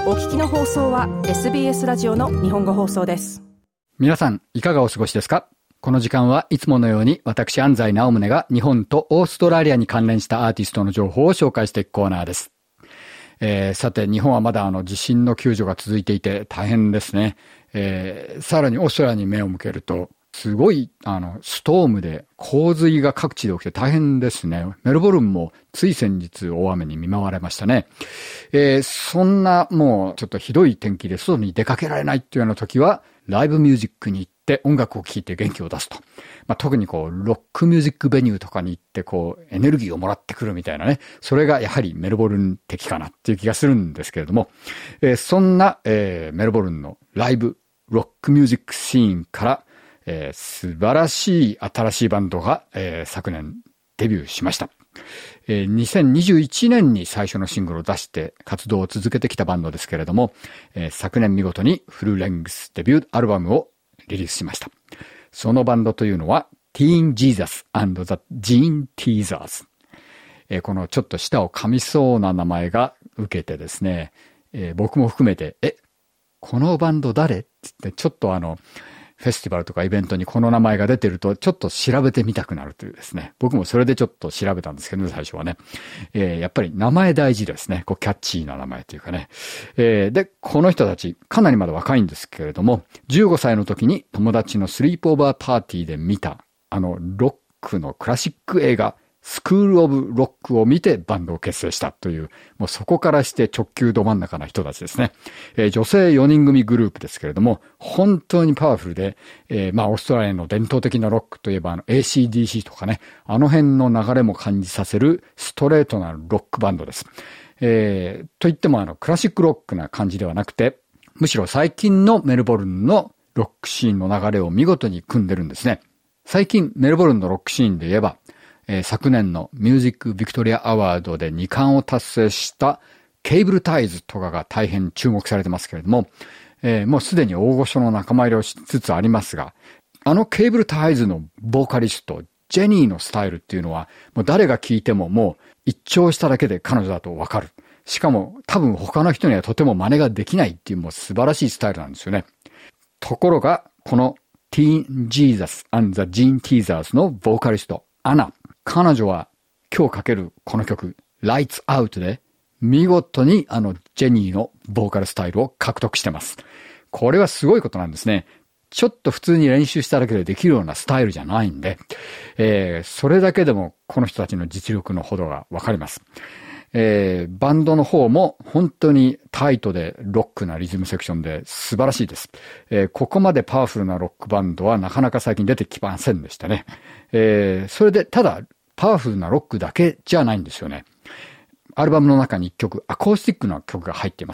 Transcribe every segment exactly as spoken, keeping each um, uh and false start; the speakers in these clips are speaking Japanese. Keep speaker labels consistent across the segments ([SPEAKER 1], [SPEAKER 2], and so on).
[SPEAKER 1] お聞きの放送は エスビーエス ラジオの日本語放送です。
[SPEAKER 2] 皆さんいかがお過ごしですか？この時間はいつものように私安西直宗が日本とオーストラリアに関連したアーティストの情報を紹介していくコーナーです。えー、さて日本はまだあの地震の救助が続いていて大変ですね。えー、さらにオーストラリアに目を向けるとすごいあのストームで洪水が各地で起きて大変ですね。メルボルンもつい先日大雨に見舞われましたね。えー、そんなもうちょっとひどい天気で外に出かけられないっていうような時はライブミュージックに行って音楽を聴いて元気を出すと。まあ、特にこうロックミュージックベニューとかに行ってこうエネルギーをもらってくるみたいなね。それがやはりメルボルン的かなっていう気がするんですけれども、えー、そんな、えー、メルボルンのライブロックミュージックシーンからえー、素晴らしい新しいバンドが、えー、昨年デビューしました。えー、にせんにじゅういちねんに最初のシングルを出して活動を続けてきたバンドですけれども、えー、昨年見事にフルレングスデビューアルバムをリリースしました。そのバンドというのは Teen Jesus and the Gene Teasers、えー、このちょっと舌を噛みそうな名前が受けてですね、えー、僕も含めてえこのバンド誰って言ってちょっとあのフェスティバルとかイベントにこの名前が出てるとちょっと調べてみたくなるというですね。僕もそれでちょっと調べたんですけどね、最初はね。えー、やっぱり名前大事ですね。こうキャッチーな名前というかね。えー、で、この人たちかなりまだ若いんですけれども、じゅうごさいの時に友達のスリープオーバーパーティーで見たあのロックのクラシック映画スクールオブロックを見てバンドを結成したという、もうそこからして直球ど真ん中な人たちですね。えー、女性よにん組グループですけれども、本当にパワフルで、えー、まあオーストラリアの伝統的なロックといえばあの エーシーディーシー とかね、あの辺の流れも感じさせるストレートなロックバンドです。えー、といってもあのクラシックロックな感じではなくて、むしろ最近のメルボルンのロックシーンの流れを見事に組んでるんですね。最近メルボルンのロックシーンで言えば、えー、昨年のミュージックビクトリアアワードでに冠を達成したケーブルタイズとかが大変注目されてますけれども、えー、もうすでに大御所の仲間入りをしつつありますが、あのケーブルタイズのボーカリスト、ジェニーのスタイルっていうのは、もう誰が聞いてももう一聴しただけで彼女だとわかる。しかも多分他の人にはとても真似ができないっていうもう素晴らしいスタイルなんですよね。ところが、この Teen Jesus and the Gene Teasers のボーカリスト、アナ。彼女は今日かけるこの曲 Lights Out で見事にあのジェニーのボーカルスタイルを獲得してます。これはすごいことなんですね。ちょっと普通に練習しただけでできるようなスタイルじゃないんで、えー、それだけでもこの人たちの実力のほどがわかります。えー、バンドの方も本当にタイトでロックなリズムセクションで素晴らしいです。えー、ここまでパワフルなロックバンドはなかなか最近出てきませんでしたね。えー、それでただパワフルなロックだけじゃないんですよね。アルバムの中に一曲、アコースティックな曲が入っています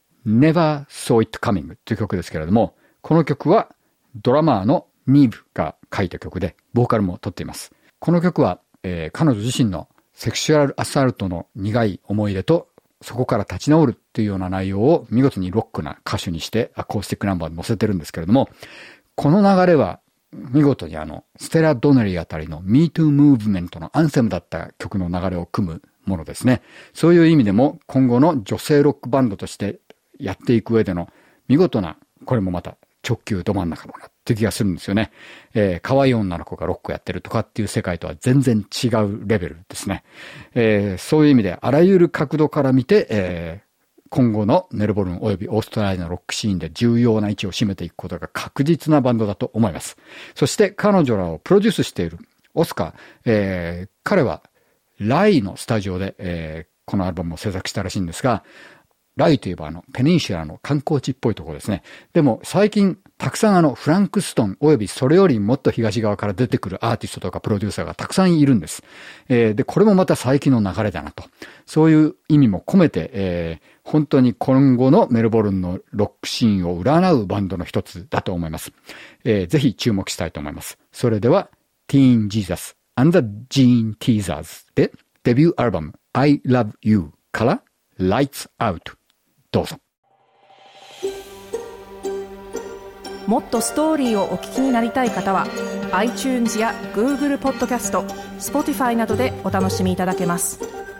[SPEAKER 2] 。Never Saw It Coming という曲ですけれども、この曲はドラマーのニーブが書いた曲で、ボーカルも取っています。この曲は、えー、彼女自身のセクシュアルアサルトの苦い思い出と、そこから立ち直るっていうような内容を見事にロックな歌手にしてアコースティックナンバーに載せてるんですけれども、この流れは見事にあの、ステラ・ドネリーあたりの Me Too ムーブメントのアンセムだった曲の流れを組むものですね。そういう意味でも今後の女性ロックバンドとしてやっていく上での見事な、これもまた直球ど真ん中だなって気がするんですよね。えー、可愛い女の子がロックやってるとかっていう世界とは全然違うレベルですね。えー、そういう意味であらゆる角度から見て、えー今後のメルボルンおよびオーストラリアのロックシーンで重要な位置を占めていくことが確実なバンドだと思います。そして彼女らをプロデュースしているオスカー、えー、彼はライのスタジオで、えー、このアルバムを制作したらしいんですが、ライといえばあのペニンシュラの観光地っぽいところですね。でも最近たくさんあのフランクストンおよびそれよりもっと東側から出てくるアーティストとかプロデューサーがたくさんいるんです。えー、で、これもまた最近の流れだなと。そういう意味も込めて、えー、本当に今後のメルボルンのロックシーンを占うバンドの一つだと思います。えー、ぜひ注目したいと思います。それでは Teen Jesus and the Gene Teasers でデビューアルバム I Love You から Lights Outどうぞ。
[SPEAKER 1] もっとストーリーをお聞きになりたい方は iTunes や Google ポッドキャスト、Spotify などでお楽しみいただけます。